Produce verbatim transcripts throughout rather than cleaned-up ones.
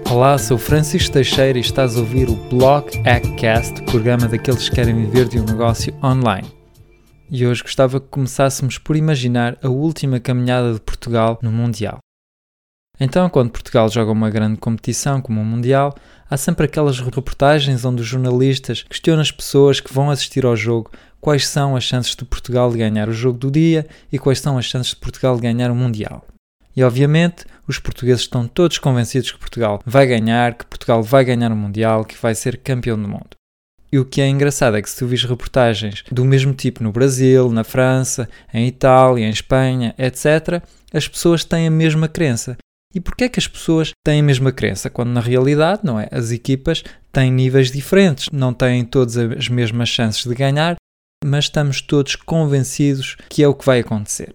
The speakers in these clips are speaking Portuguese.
Olá, sou Francisco Teixeira e estás a ouvir o Blog Hackcast, programa daqueles que querem viver de um negócio online. E hoje gostava que começássemos por imaginar a última caminhada de Portugal no Mundial. Então, quando Portugal joga uma grande competição como o Mundial, há sempre aquelas reportagens onde os jornalistas questionam as pessoas que vão assistir ao jogo quais são as chances de Portugal de ganhar o jogo do dia e quais são as chances de Portugal de ganhar o Mundial. E obviamente, os portugueses estão todos convencidos que Portugal vai ganhar, que Portugal vai ganhar o Mundial, que vai ser campeão do mundo. E o que é engraçado é que se tu vis reportagens do mesmo tipo no Brasil, na França, em Itália, em Espanha, etcétera, as pessoas têm a mesma crença. E porquê é que as pessoas têm a mesma crença? Quando na realidade, não é? As equipas têm níveis diferentes, não têm todas as mesmas chances de ganhar, mas estamos todos convencidos que é o que vai acontecer.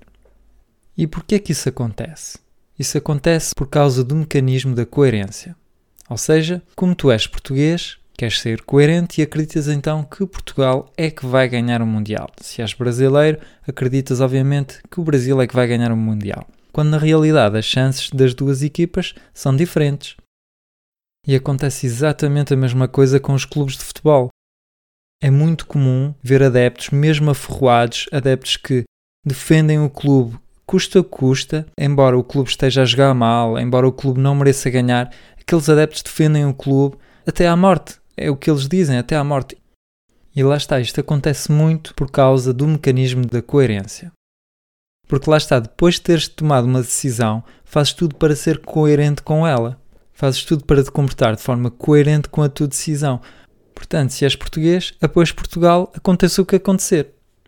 E porquê é que isso acontece? Isso acontece por causa do mecanismo da coerência. Ou seja, como tu és português, queres ser coerente e acreditas então que Portugal é que vai ganhar o Mundial. Se és brasileiro, acreditas obviamente que o Brasil é que vai ganhar o Mundial. Quando na realidade as chances das duas equipas são diferentes. E acontece exatamente a mesma coisa com os clubes de futebol. É muito comum ver adeptos, mesmo aferroados, adeptos que defendem o clube custa o que custa, embora o clube esteja a jogar mal, embora o clube não mereça ganhar, aqueles adeptos defendem o clube até à morte. É o que eles dizem, até à morte. E lá está, isto acontece muito por causa do mecanismo da coerência. Porque lá está, depois de teres tomado uma decisão, fazes tudo para ser coerente com ela. Fazes tudo para te comportar de forma coerente com a tua decisão. Portanto, se és português, apoias Portugal, aconteça o que acontecer.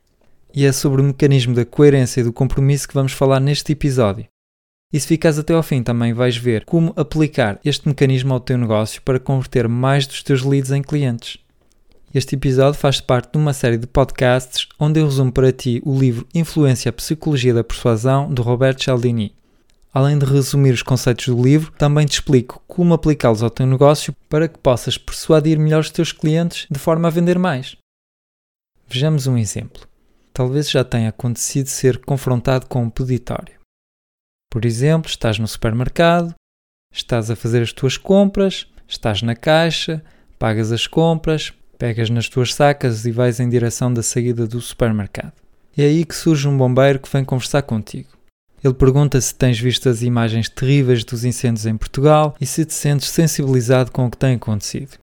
E é sobre o mecanismo da coerência e do compromisso que vamos falar neste episódio. E se ficares até ao fim também vais ver como aplicar este mecanismo ao teu negócio para converter mais dos teus leads em clientes. Este episódio faz parte de uma série de podcasts onde eu resumo para ti o livro Influência e a Psicologia da Persuasão, de Robert Cialdini. Além de resumir os conceitos do livro, também te explico como aplicá-los ao teu negócio para que possas persuadir melhor os teus clientes de forma a vender mais. Vejamos um exemplo. Talvez já tenha acontecido ser confrontado com um peditório. Por exemplo, estás no supermercado, estás a fazer as tuas compras, estás na caixa, pagas as compras, pegas nas tuas sacas e vais em direção da saída do supermercado. É aí que surge um bombeiro que vem conversar contigo. Ele pergunta se tens visto as imagens terríveis dos incêndios em Portugal e se te sentes sensibilizado com o que tem acontecido.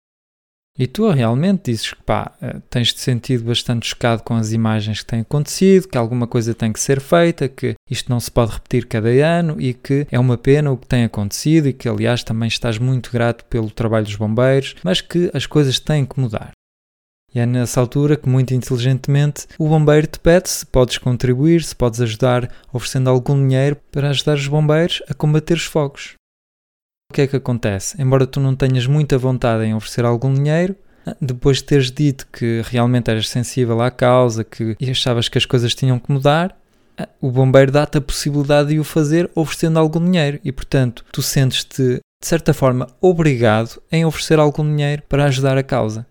E tu realmente dizes que pá, tens-te sentido bastante chocado com as imagens que têm acontecido, que alguma coisa tem que ser feita, que isto não se pode repetir cada ano e que é uma pena o que tem acontecido e que aliás também estás muito grato pelo trabalho dos bombeiros, mas que as coisas têm que mudar. E é nessa altura que muito inteligentemente o bombeiro te pede se podes contribuir, se podes ajudar oferecendo algum dinheiro para ajudar os bombeiros a combater os fogos. O que é que acontece? Embora tu não tenhas muita vontade em oferecer algum dinheiro, depois de teres dito que realmente eras sensível à causa, que achavas que as coisas tinham que mudar, o bombeiro dá-te a possibilidade de o fazer oferecendo algum dinheiro e, portanto, tu sentes-te, de certa forma, obrigado em oferecer algum dinheiro para ajudar a causa.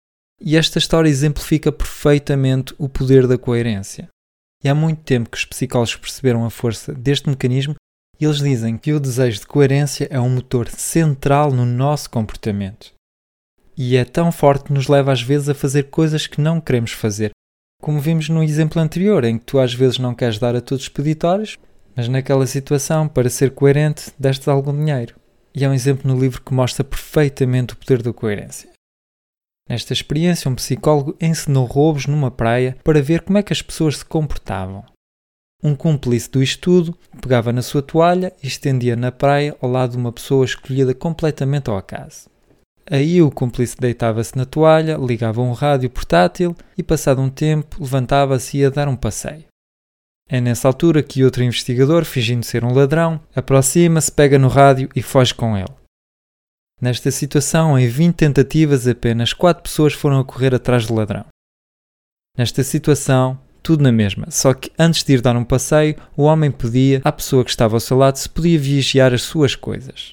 E esta história exemplifica perfeitamente o poder da coerência. E há muito tempo que os psicólogos perceberam a força deste mecanismo e eles dizem que o desejo de coerência é um motor central no nosso comportamento. E é tão forte que nos leva às vezes a fazer coisas que não queremos fazer. Como vimos no exemplo anterior, em que tu às vezes não queres dar a todos os peditórios, mas naquela situação, para ser coerente, deste algum dinheiro. E é um exemplo no livro que mostra perfeitamente o poder da coerência. Nesta experiência, um psicólogo ensinou roubos numa praia para ver como é que as pessoas se comportavam. Um cúmplice do estudo pegava na sua toalha e estendia na praia ao lado de uma pessoa escolhida completamente ao acaso. Aí o cúmplice deitava-se na toalha, ligava um rádio portátil e, passado um tempo, levantava-se e ia dar um passeio. É nessa altura que outro investigador, fingindo ser um ladrão, aproxima-se, pega no rádio e foge com ele. Nesta situação, em vinte tentativas, apenas quatro pessoas foram a correr atrás do ladrão. Nesta situação, tudo na mesma, só que antes de ir dar um passeio, o homem pedia à pessoa que estava ao seu lado se podia vigiar as suas coisas.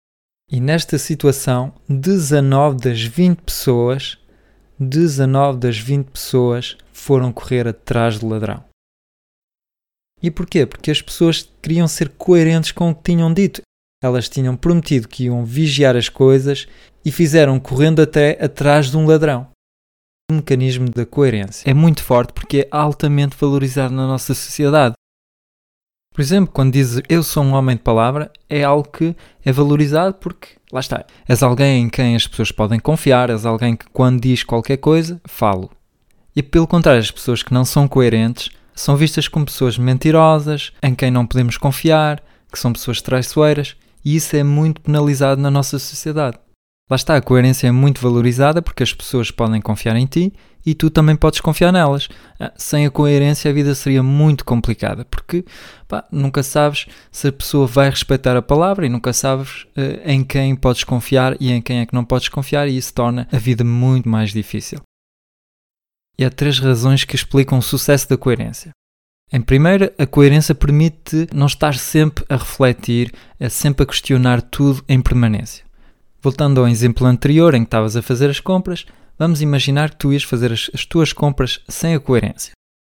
E nesta situação, dezanove das vinte pessoas, dezanove das vinte pessoas foram correr atrás do ladrão. E porquê? Porque as pessoas queriam ser coerentes com o que tinham dito. Elas tinham prometido que iam vigiar as coisas e fizeram correndo até atrás de um ladrão. O mecanismo da coerência é muito forte porque é altamente valorizado na nossa sociedade. Por exemplo, quando dizes eu sou um homem de palavra, é algo que é valorizado porque, lá está, és alguém em quem as pessoas podem confiar, és alguém que quando diz qualquer coisa, falo. E pelo contrário, as pessoas que não são coerentes são vistas como pessoas mentirosas, em quem não podemos confiar, que são pessoas traiçoeiras, e isso é muito penalizado na nossa sociedade. Lá está, a coerência é muito valorizada porque as pessoas podem confiar em ti e tu também podes confiar nelas. Sem a coerência a vida seria muito complicada porque pá, nunca sabes se a pessoa vai respeitar a palavra e nunca sabes uh, em quem podes confiar e em quem é que não podes confiar, e isso torna a vida muito mais difícil. E há três razões que explicam o sucesso da coerência. Em primeiro, a coerência permite não estar sempre a refletir, a sempre a questionar tudo em permanência. Voltando ao exemplo anterior em que estavas a fazer as compras, vamos imaginar que tu ias fazer as, as tuas compras sem a coerência.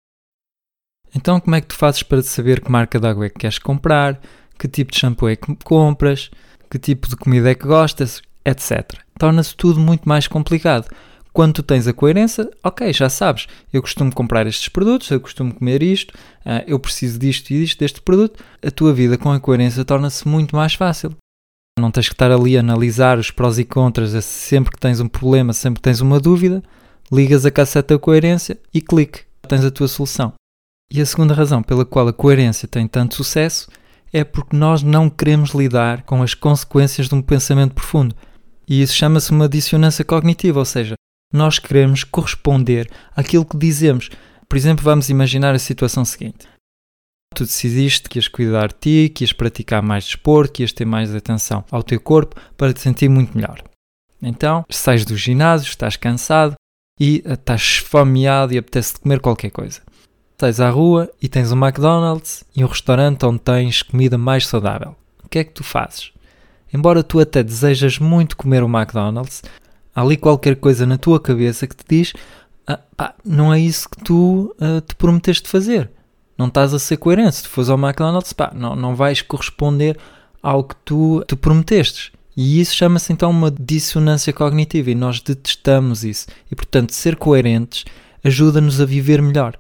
Então como é que tu fazes para saber que marca de água é que queres comprar, que tipo de shampoo é que compras, que tipo de comida é que gostas, etcétera. Torna-se tudo muito mais complicado. Quando tu tens a coerência, ok, já sabes, eu costumo comprar estes produtos, eu costumo comer isto, uh, eu preciso disto e disto, deste produto, a tua vida com a coerência torna-se muito mais fácil. Não tens que estar ali a analisar os prós e contras, sempre que tens um problema, sempre que tens uma dúvida, ligas a cassete da coerência e clique, tens a tua solução. E a segunda razão pela qual a coerência tem tanto sucesso é porque nós não queremos lidar com as consequências de um pensamento profundo. E isso chama-se uma dissonância cognitiva, ou seja, nós queremos corresponder àquilo que dizemos. Por exemplo, vamos imaginar a situação seguinte. Tu decidiste que ias cuidar de ti, que ias praticar mais desporto, que ias ter mais atenção ao teu corpo para te sentir muito melhor. Então, sais do ginásio, estás cansado e estás esfomeado e apetece-te comer qualquer coisa. Sais à rua e tens um McDonald's e um restaurante onde tens comida mais saudável. O que é que tu fazes? Embora tu até desejas muito comer o McDonald's, há ali qualquer coisa na tua cabeça que te diz ah, pá, não é isso que tu uh, te prometeste fazer. Não estás a ser coerente. Se tu fores ao McDonald's, pá, não, não vais corresponder ao que tu te prometestes. E isso chama-se então uma dissonância cognitiva e nós detestamos isso. E portanto, ser coerentes ajuda-nos a viver melhor.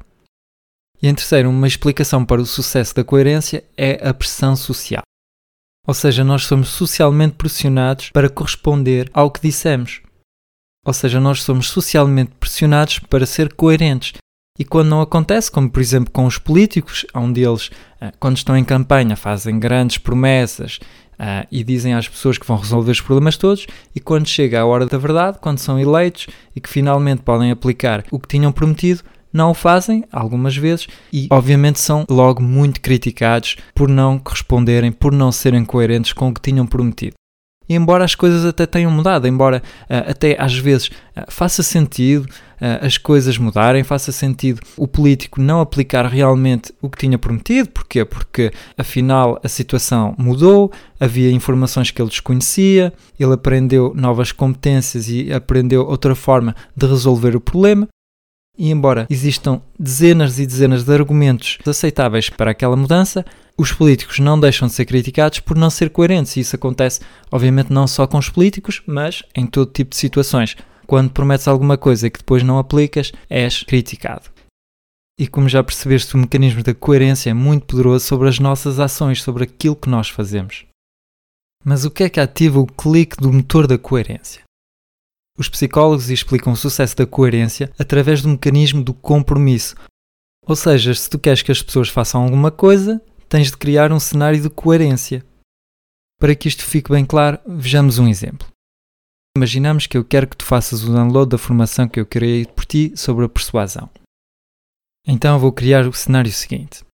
E em terceiro, uma explicação para o sucesso da coerência é a pressão social. Ou seja, nós somos socialmente pressionados para corresponder ao que dissemos. Ou seja, nós somos socialmente pressionados para ser coerentes. E quando não acontece, como por exemplo com os políticos, onde eles, quando estão em campanha, fazem grandes promessas uh, e dizem às pessoas que vão resolver os problemas todos, e quando chega a hora da verdade, quando são eleitos e que finalmente podem aplicar o que tinham prometido, não o fazem, algumas vezes, e obviamente são logo muito criticados por não corresponderem, por não serem coerentes com o que tinham prometido. E embora as coisas até tenham mudado, embora uh, até às vezes uh, faça sentido uh, as coisas mudarem, faça sentido o político não aplicar realmente o que tinha prometido. Porquê? Porque afinal a situação mudou, havia informações que ele desconhecia, ele aprendeu novas competências e aprendeu outra forma de resolver o problema. E embora existam dezenas e dezenas de argumentos aceitáveis para aquela mudança, os políticos não deixam de ser criticados por não ser coerentes. E isso acontece, obviamente, não só com os políticos, mas em todo tipo de situações. Quando prometes alguma coisa que depois não aplicas, és criticado. E como já percebeste, o mecanismo da coerência é muito poderoso sobre as nossas ações, sobre aquilo que nós fazemos. Mas o que é que ativa o clique do motor da coerência? Os psicólogos explicam o sucesso da coerência através do mecanismo do compromisso. Ou seja, se tu queres que as pessoas façam alguma coisa, tens de criar um cenário de coerência. Para que isto fique bem claro, vejamos um exemplo. Imaginamos que eu quero que tu faças o download da formação que eu criei por ti sobre a persuasão. Então eu vou criar o cenário seguinte.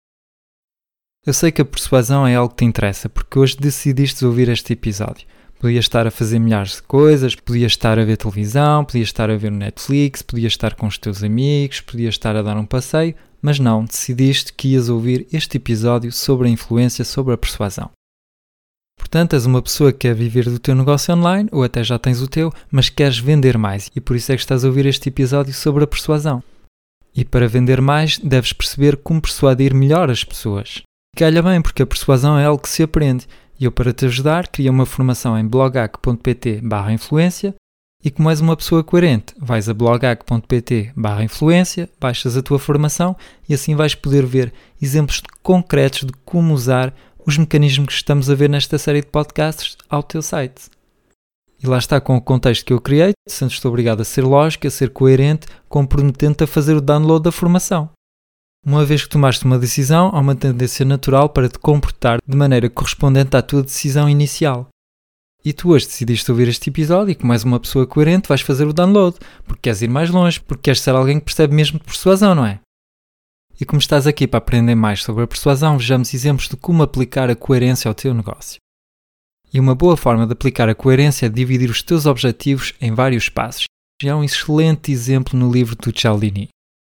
Eu sei que a persuasão é algo que te interessa, porque hoje decidiste ouvir este episódio. Podias estar a fazer milhares de coisas, podias estar a ver televisão, podias estar a ver Netflix, podias estar com os teus amigos, podias estar a dar um passeio, mas não, decidiste que ias ouvir este episódio sobre a influência, sobre a persuasão. Portanto, és uma pessoa que quer viver do teu negócio online, ou até já tens o teu, mas queres vender mais, e por isso é que estás a ouvir este episódio sobre a persuasão. E para vender mais, deves perceber como persuadir melhor as pessoas. Calha bem, porque a persuasão é algo que se aprende. E eu, para te ajudar, criei uma formação em bloghack.pt barra influência e como és uma pessoa coerente, vais a bloghack.pt barra influência, baixas a tua formação e assim vais poder ver exemplos concretos de como usar os mecanismos que estamos a ver nesta série de podcasts ao teu site. E lá está, com o contexto que eu criei, sentes-te obrigado a ser lógico, a ser coerente, comprometendo-te a fazer o download da formação. Uma vez que tomaste uma decisão, há uma tendência natural para te comportar de maneira correspondente à tua decisão inicial. E tu hoje decidiste ouvir este episódio e como és uma pessoa coerente vais fazer o download, porque queres ir mais longe, porque queres ser alguém que percebe mesmo de persuasão, não é? E como estás aqui para aprender mais sobre a persuasão, vejamos exemplos de como aplicar a coerência ao teu negócio. E uma boa forma de aplicar a coerência é dividir os teus objetivos em vários passos. E há um excelente exemplo no livro do Cialdini.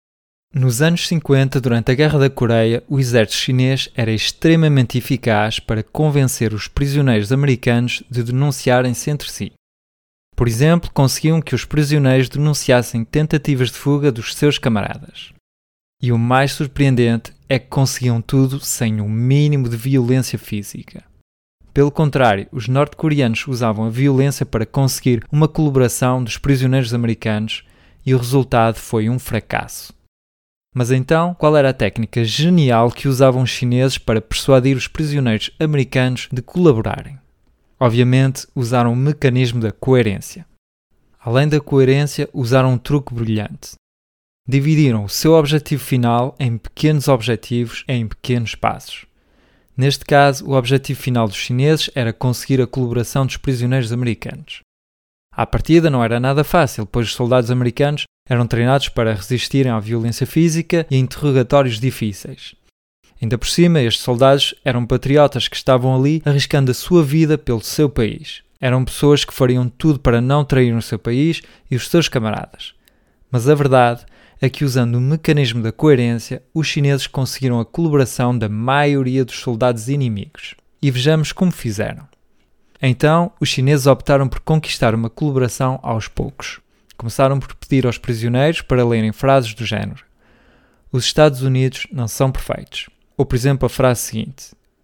Nos anos cinquenta, durante a Guerra da Coreia, o exército chinês era extremamente eficaz para convencer os prisioneiros americanos de denunciarem-se entre si. Por exemplo, conseguiam que os prisioneiros denunciassem tentativas de fuga dos seus camaradas. E o mais surpreendente é que conseguiam tudo sem um mínimo de violência física. Pelo contrário, os norte-coreanos usavam a violência para conseguir uma colaboração dos prisioneiros americanos e o resultado foi um fracasso. Mas então, qual era a técnica genial que usavam os chineses para persuadir os prisioneiros americanos de colaborarem? Obviamente, usaram o mecanismo da coerência. Além da coerência, usaram um truque brilhante. Dividiram o seu objetivo final em pequenos objetivos em pequenos passos. Neste caso, o objetivo final dos chineses era conseguir a colaboração dos prisioneiros americanos. À partida não era nada fácil, pois os soldados americanos eram treinados para resistirem à violência física e a interrogatórios difíceis. Ainda por cima, estes soldados eram patriotas que estavam ali arriscando a sua vida pelo seu país. Eram pessoas que fariam tudo para não trair o seu país e os seus camaradas. Mas a verdade é que, usando o mecanismo da coerência, os chineses conseguiram a colaboração da maioria dos soldados inimigos. E vejamos como fizeram. Então, os chineses optaram por conquistar uma colaboração aos poucos. Começaram por pedir aos prisioneiros para lerem frases do género: os Estados Unidos não são perfeitos. Ou, por exemplo, a frase seguinte: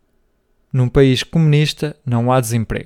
num país comunista não há desemprego.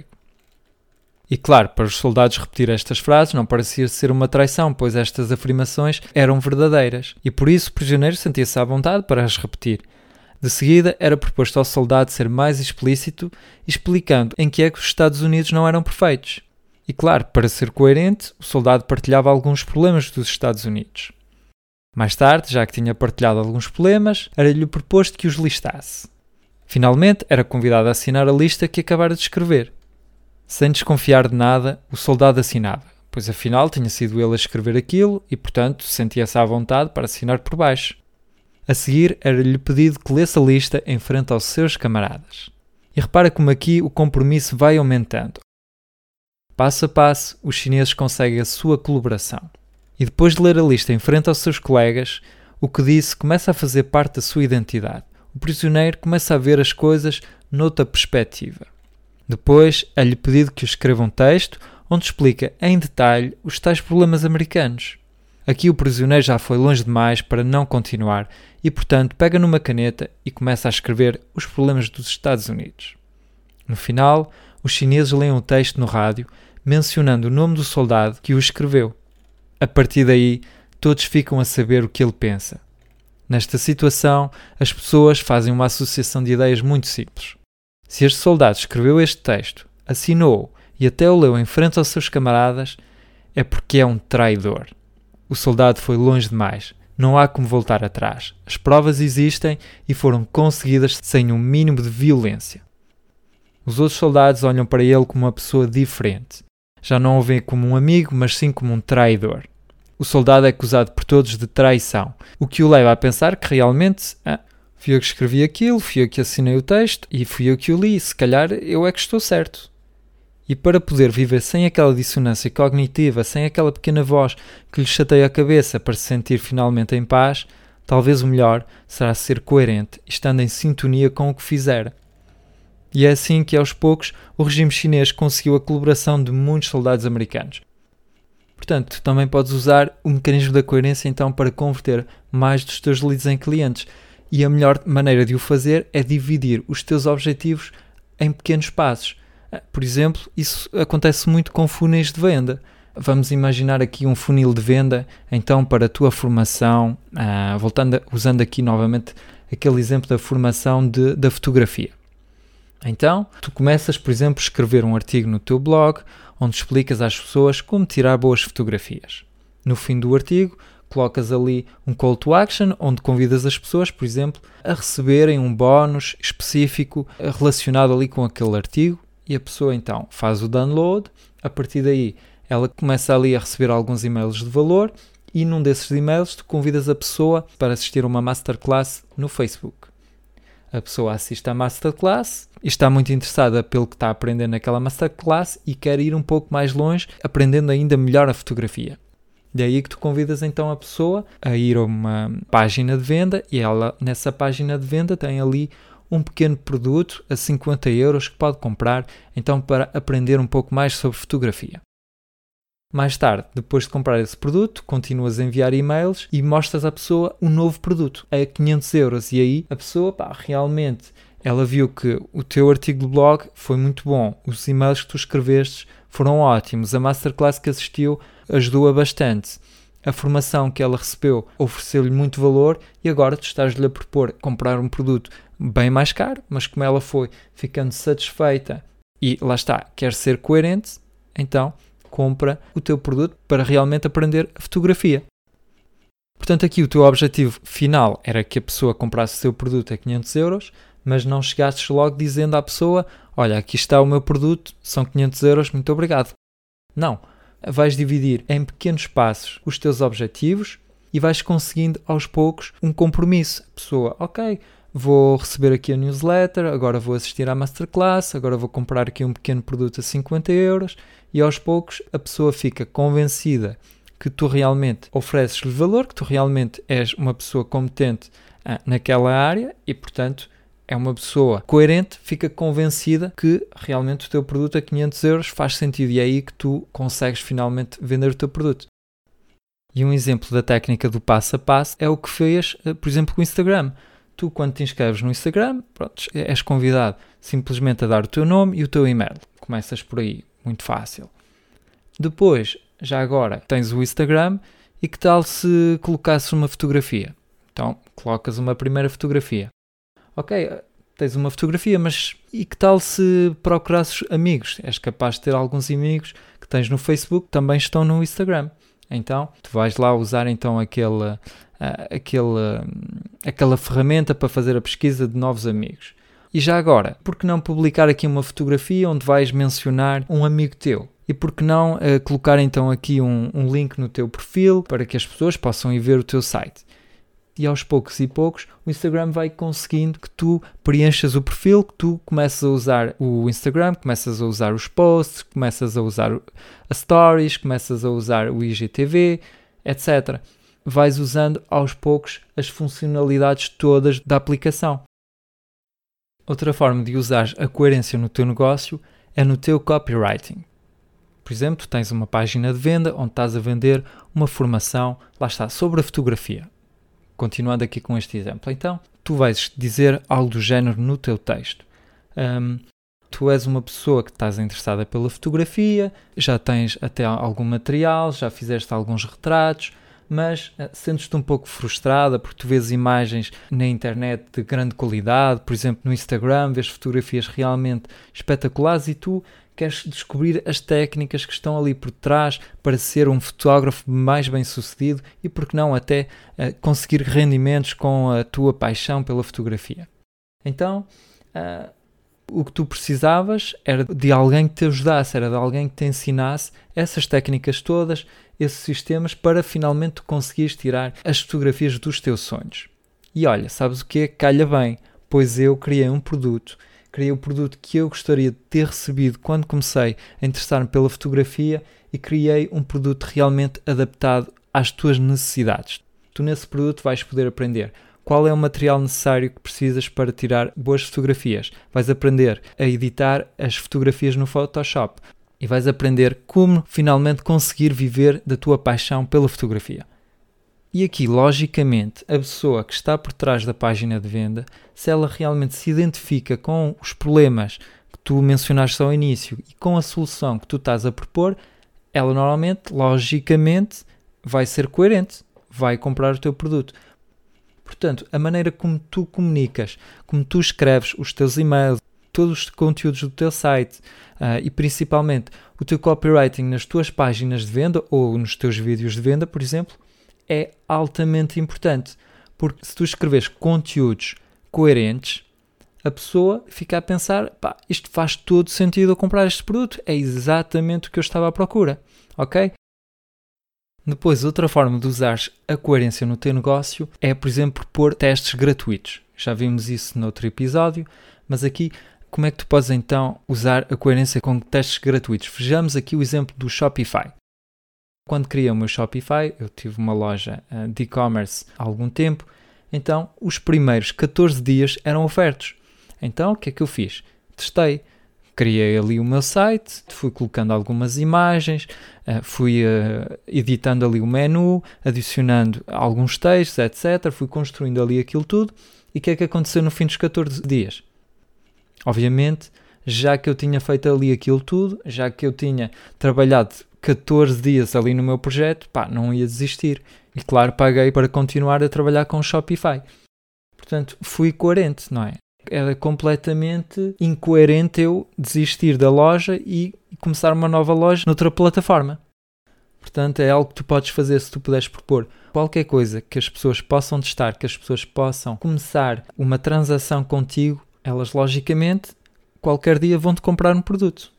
E claro, para os soldados repetir estas frases não parecia ser uma traição, pois estas afirmações eram verdadeiras, e por isso o prisioneiro sentia-se à vontade para as repetir. De seguida, era proposto ao soldado ser mais explícito, explicando em que é que os Estados Unidos não eram perfeitos. E claro, para ser coerente, o soldado partilhava alguns problemas dos Estados Unidos. Mais tarde, já que tinha partilhado alguns problemas, era-lhe proposto que os listasse. Finalmente, era convidado a assinar a lista que acabara de escrever. Sem desconfiar de nada, o soldado assinava, pois afinal tinha sido ele a escrever aquilo e, portanto, sentia-se à vontade para assinar por baixo. A seguir, era-lhe pedido que lesse a lista em frente aos seus camaradas. E repara como aqui o compromisso vai aumentando. Passo a passo, os chineses conseguem a sua colaboração. E depois de ler a lista em frente aos seus colegas, o que disse começa a fazer parte da sua identidade. O prisioneiro começa a ver as coisas noutra perspectiva. Depois, é-lhe pedido que escreva um texto onde explica em detalhe os tais problemas americanos. Aqui o prisioneiro já foi longe demais para não continuar e, portanto, pega numa caneta e começa a escrever os problemas dos Estados Unidos. No final, os chineses leem o texto no rádio, mencionando o nome do soldado que o escreveu. A partir daí, todos ficam a saber o que ele pensa. Nesta situação, as pessoas fazem uma associação de ideias muito simples. Se este soldado escreveu este texto, assinou-o e até o leu em frente aos seus camaradas, é porque é um traidor. O soldado foi longe demais. Não há como voltar atrás. As provas existem e foram conseguidas sem um mínimo de violência. Os outros soldados olham para ele como uma pessoa diferente. Já não o veem como um amigo, mas sim como um traidor. O soldado é acusado por todos de traição, o que o leva a pensar que realmente ah, fui eu que escrevi aquilo, fui eu que assinei o texto e fui eu que o li, se calhar eu é que estou certo. E para poder viver sem aquela dissonância cognitiva, sem aquela pequena voz que lhe chateia a cabeça para se sentir finalmente em paz, talvez o melhor será ser coerente, estando em sintonia com o que fizera. E é assim que, aos poucos, o regime chinês conseguiu a colaboração de muitos soldados americanos. Portanto, tu também podes usar o mecanismo da coerência então para converter mais dos teus leads em clientes. E a melhor maneira de o fazer é dividir os teus objetivos em pequenos passos. Por exemplo, isso acontece muito com funis de venda. Vamos imaginar aqui um funil de venda, então, para a tua formação, ah, voltando, a, usando aqui novamente aquele exemplo da formação de, da fotografia. Então, tu começas, por exemplo, a escrever um artigo no teu blog, onde explicas às pessoas como tirar boas fotografias. No fim do artigo, colocas ali um call to action, onde convidas as pessoas, por exemplo, a receberem um bónus específico relacionado ali com aquele artigo, e a pessoa então faz o download. A partir daí ela começa ali a receber alguns e-mails de valor, e num desses e-mails tu convidas a pessoa para assistir a uma masterclass no Facebook. A pessoa assiste à masterclass e está muito interessada pelo que está a aprender naquela masterclass e quer ir um pouco mais longe, aprendendo ainda melhor a fotografia. Daí que tu convidas então a pessoa a ir a uma página de venda, e ela nessa página de venda tem ali um pequeno produto a cinquenta euros que pode comprar então para aprender um pouco mais sobre fotografia. Mais tarde, depois de comprar esse produto, continuas a enviar e-mails e mostras à pessoa um novo produto a quinhentos euros, e aí a pessoa, pá, realmente, ela viu que o teu artigo de blog foi muito bom, os e-mails que tu escreveste foram ótimos, a masterclass que assistiu ajudou-a bastante, a formação que ela recebeu ofereceu-lhe muito valor, e agora tu estás-lhe a propor comprar um produto bem mais caro, mas como ela foi ficando satisfeita e lá está, quer ser coerente, então compra o teu produto para realmente aprender a fotografia. Portanto, aqui o teu objetivo final era que a pessoa comprasse o teu produto a quinhentos euros, mas não chegasses logo dizendo à pessoa: olha, aqui está o meu produto, são quinhentos euros, muito obrigado. Não, vais dividir em pequenos passos os teus objetivos e vais conseguindo aos poucos um compromisso. A pessoa, ok, vou receber aqui a newsletter, agora vou assistir à masterclass, agora vou comprar aqui um pequeno produto a cinquenta euros, e aos poucos a pessoa fica convencida que tu realmente ofereces-lhe valor, que tu realmente és uma pessoa competente ah, naquela área e, portanto, é uma pessoa coerente, fica convencida que realmente o teu produto a quinhentos euros faz sentido, e é aí que tu consegues finalmente vender o teu produto. E um exemplo da técnica do passo a passo é o que fez, por exemplo, com o Instagram. Tu, quando te inscreves no Instagram, pronto, és convidado simplesmente a dar o teu nome e o teu e-mail. Começas por aí, muito fácil. Depois, já agora, tens o Instagram, e que tal se colocasses uma fotografia? Então, colocas uma primeira fotografia. Ok, tens uma fotografia, mas e que tal se procurasses amigos? És capaz de ter alguns amigos que tens no Facebook que também estão no Instagram. Então, tu vais lá usar então aquele, uh, aquele, uh, aquela ferramenta para fazer a pesquisa de novos amigos. E já agora, por que não publicar aqui uma fotografia onde vais mencionar um amigo teu? E por que não uh, colocar então aqui um, um link no teu perfil para que as pessoas possam ir ver o teu site? E aos poucos e poucos o Instagram vai conseguindo que tu preenchas o perfil, que tu começas a usar o Instagram, começas a usar os posts, começas a usar as stories, começas a usar o I G T V, etcétera. Vais usando aos poucos as funcionalidades todas da aplicação. Outra forma de usar a coerência no teu negócio é no teu copywriting. Por exemplo, tu tens uma página de venda onde estás a vender uma formação, lá está, sobre a fotografia. Continuando aqui com este exemplo, então, tu vais dizer algo do género no teu texto. Um, tu és uma pessoa que estás interessada pela fotografia, já tens até algum material, já fizeste alguns retratos, mas uh, sentes-te um pouco frustrada porque tu vês imagens na internet de grande qualidade, por exemplo, no Instagram, vês fotografias realmente espetaculares e tu queres descobrir as técnicas que estão ali por trás para ser um fotógrafo mais bem sucedido e, por que não, até uh, conseguir rendimentos com a tua paixão pela fotografia. Então, uh, o que tu precisavas era de alguém que te ajudasse, era de alguém que te ensinasse essas técnicas todas, esses sistemas, para finalmente tu conseguires tirar as fotografias dos teus sonhos. E olha, sabes o que? Calha bem, pois eu criei um produto Criei o produto que eu gostaria de ter recebido quando comecei a interessar-me pela fotografia e criei um produto realmente adaptado às tuas necessidades. Tu nesse produto vais poder aprender qual é o material necessário que precisas para tirar boas fotografias. Vais aprender a editar as fotografias no Photoshop e vais aprender como finalmente conseguir viver da tua paixão pela fotografia. E aqui, logicamente, a pessoa que está por trás da página de venda, se ela realmente se identifica com os problemas que tu mencionaste ao início e com a solução que tu estás a propor, ela normalmente, logicamente, vai ser coerente, vai comprar o teu produto. Portanto, a maneira como tu comunicas, como tu escreves os teus e-mails, todos os conteúdos do teu site uh, e principalmente o teu copywriting nas tuas páginas de venda ou nos teus vídeos de venda, por exemplo, é altamente importante. Porque se tu escreves conteúdos coerentes, a pessoa fica a pensar, pá, isto faz todo sentido eu comprar este produto, é exatamente o que eu estava à procura, ok? Depois, outra forma de usares a coerência no teu negócio é, por exemplo, pôr testes gratuitos. Já vimos isso noutro episódio, mas aqui, como é que tu podes então usar a coerência com testes gratuitos? Vejamos aqui o exemplo do Shopify. Quando criei o meu Shopify, eu tive uma loja de e-commerce há algum tempo, então os primeiros catorze dias eram ofertos. Então, o que é que eu fiz? Testei. Criei ali o meu site, fui colocando algumas imagens, fui editando ali o menu, adicionando alguns textos, etcétera. Fui construindo ali aquilo tudo. E o que é que aconteceu no fim dos catorze dias? Obviamente, já que eu tinha feito ali aquilo tudo, já que eu tinha trabalhado catorze dias ali no meu projeto, pá, não ia desistir. E claro, paguei para continuar a trabalhar com o Shopify. Portanto, fui coerente, não é? Era completamente incoerente eu desistir da loja e começar uma nova loja noutra plataforma. Portanto, é algo que tu podes fazer se tu puderes propor qualquer coisa que as pessoas possam testar, que as pessoas possam começar uma transação contigo, elas logicamente qualquer dia vão-te comprar um produto.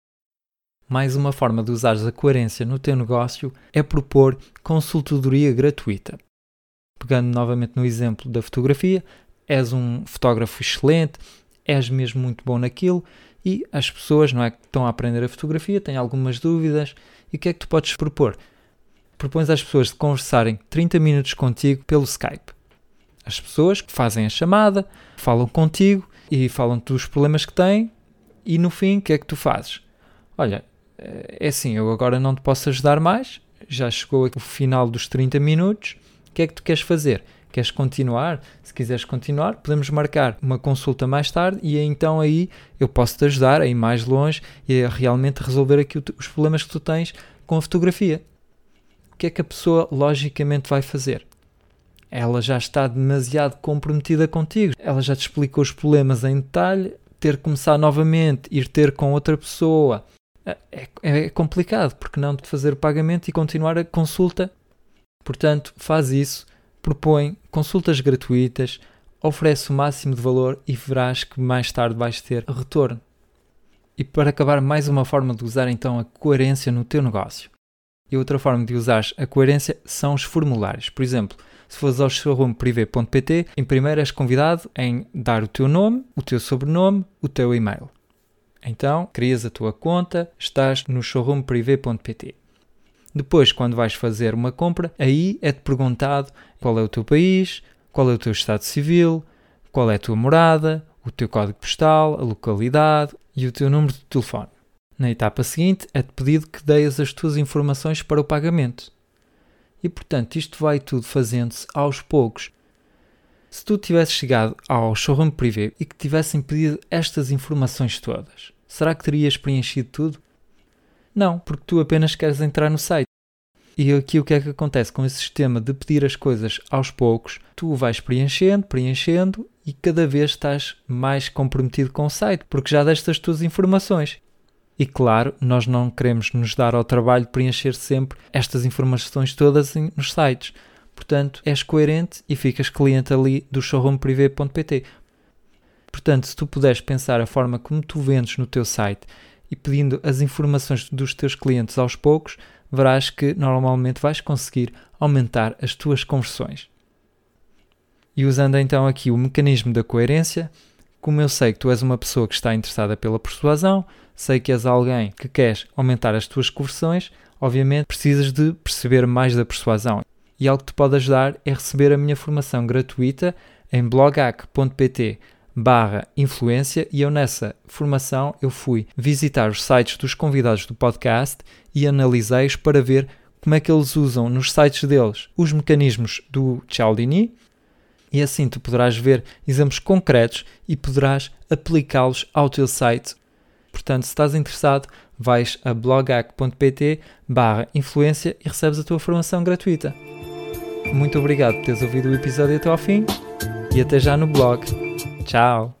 Mais uma forma de usares a coerência no teu negócio é propor consultoria gratuita. Pegando novamente no exemplo da fotografia, és um fotógrafo excelente, és mesmo muito bom naquilo e as pessoas, não é, que estão a aprender a fotografia, têm algumas dúvidas e o que é que tu podes propor? Propões às pessoas de conversarem trinta minutos contigo pelo Skype. As pessoas que fazem a chamada, falam contigo e falam-te dos problemas que têm e no fim, o que é que tu fazes? Olha, é assim, eu agora não te posso ajudar mais, já chegou o final dos trinta minutos, o que é que tu queres fazer? Queres continuar? Se quiseres continuar, podemos marcar uma consulta mais tarde e então aí eu posso te ajudar a ir mais longe e a realmente resolver aqui os problemas que tu tens com a fotografia. O que é que a pessoa logicamente vai fazer? Ela já está demasiado comprometida contigo, ela já te explicou os problemas em detalhe, ter que começar novamente, ir ter com outra pessoa, é, é complicado, porque não de fazer o pagamento e continuar a consulta. Portanto, faz isso. Propõe consultas gratuitas, oferece o máximo de valor e verás que mais tarde vais ter retorno. E para acabar, mais uma forma de usar então a coerência no teu negócio. E outra forma de usar a coerência são os formulários. Por exemplo, se fores ao showroom privé ponto pt, em primeiro és convidado em dar o teu nome, o teu sobrenome, o teu e-mail. Então, crias a tua conta, estás no showroom privé ponto pt. Depois, quando vais fazer uma compra, aí é-te perguntado qual é o teu país, qual é o teu estado civil, qual é a tua morada, o teu código postal, a localidade e o teu número de telefone. Na etapa seguinte, é-te pedido que deias as tuas informações para o pagamento. E, portanto, isto vai tudo fazendo-se aos poucos. Se tu tivesses chegado ao showroom privé e que tivessem pedido estas informações todas, será que terias preenchido tudo? Não, porque tu apenas queres entrar no site. E aqui o que é que acontece com esse sistema de pedir as coisas aos poucos? Tu vais preenchendo, preenchendo e cada vez estás mais comprometido com o site, porque já deste as tuas informações. E claro, nós não queremos nos dar ao trabalho de preencher sempre estas informações todas nos sites. Portanto, és coerente e ficas cliente ali do showroom privé ponto pt. Portanto, se tu puderes pensar a forma como tu vendes no teu site e pedindo as informações dos teus clientes aos poucos, verás que normalmente vais conseguir aumentar as tuas conversões. E usando então aqui o mecanismo da coerência, como eu sei que tu és uma pessoa que está interessada pela persuasão, sei que és alguém que queres aumentar as tuas conversões, obviamente precisas de perceber mais da persuasão. E algo que te pode ajudar é receber a minha formação gratuita em bloghack ponto pt barra influência e eu nessa formação eu fui visitar os sites dos convidados do podcast e analisei-os para ver como é que eles usam nos sites deles os mecanismos do Cialdini e assim tu poderás ver exemplos concretos e poderás aplicá-los ao teu site. Portanto, se estás interessado, vais a bloghack.pt barra influência e recebes a tua formação gratuita. Muito obrigado por teres ouvido o episódio até ao fim e até já no blog. Tchau!